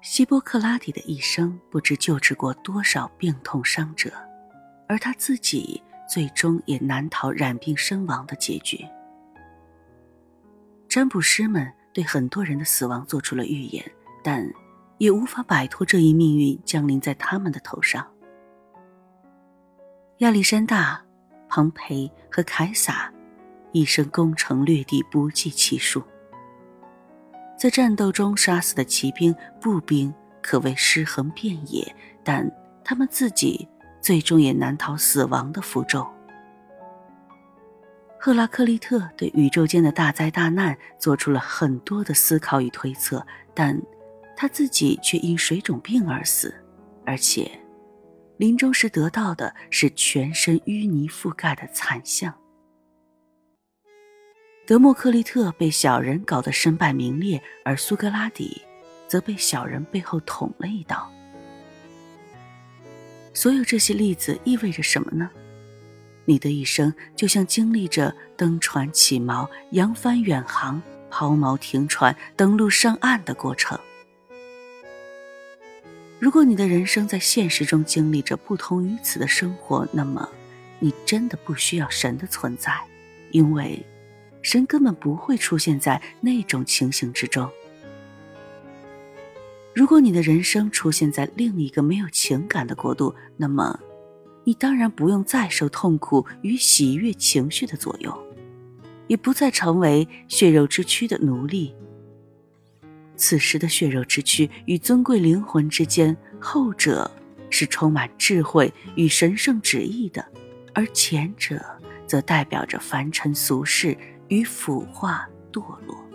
希波克拉底的一生不知救治过多少病痛伤者，而他自己最终也难逃染病身亡的结局。占卜师们对很多人的死亡做出了预言，但也无法摆脱这一命运降临在他们的头上。亚历山大、庞培和凯撒一生攻城略地不计其数，在战斗中杀死的骑兵、步兵可谓尸横遍野，但他们自己最终也难逃死亡的符咒。赫拉克利特对宇宙间的大灾大难做出了很多的思考与推测，但他自己却因水肿病而死，而且临终时得到的是全身淤泥覆盖的惨象。德莫克利特被小人搞得身败名裂，而苏格拉底则被小人背后捅了一刀。所有这些例子意味着什么呢？你的一生就像经历着登船起锚、扬帆远航、抛锚停船、登陆上岸的过程。如果你的人生在现实中经历着不同于此的生活，那么你真的不需要神的存在，因为神根本不会出现在那种情形之中。如果你的人生出现在另一个没有情感的国度，那么你当然不用再受痛苦与喜悦情绪的左右，也不再成为血肉之躯的奴隶。此时的血肉之躯与尊贵灵魂之间，后者是充满智慧与神圣旨意的，而前者则代表着凡尘俗世与腐化堕落。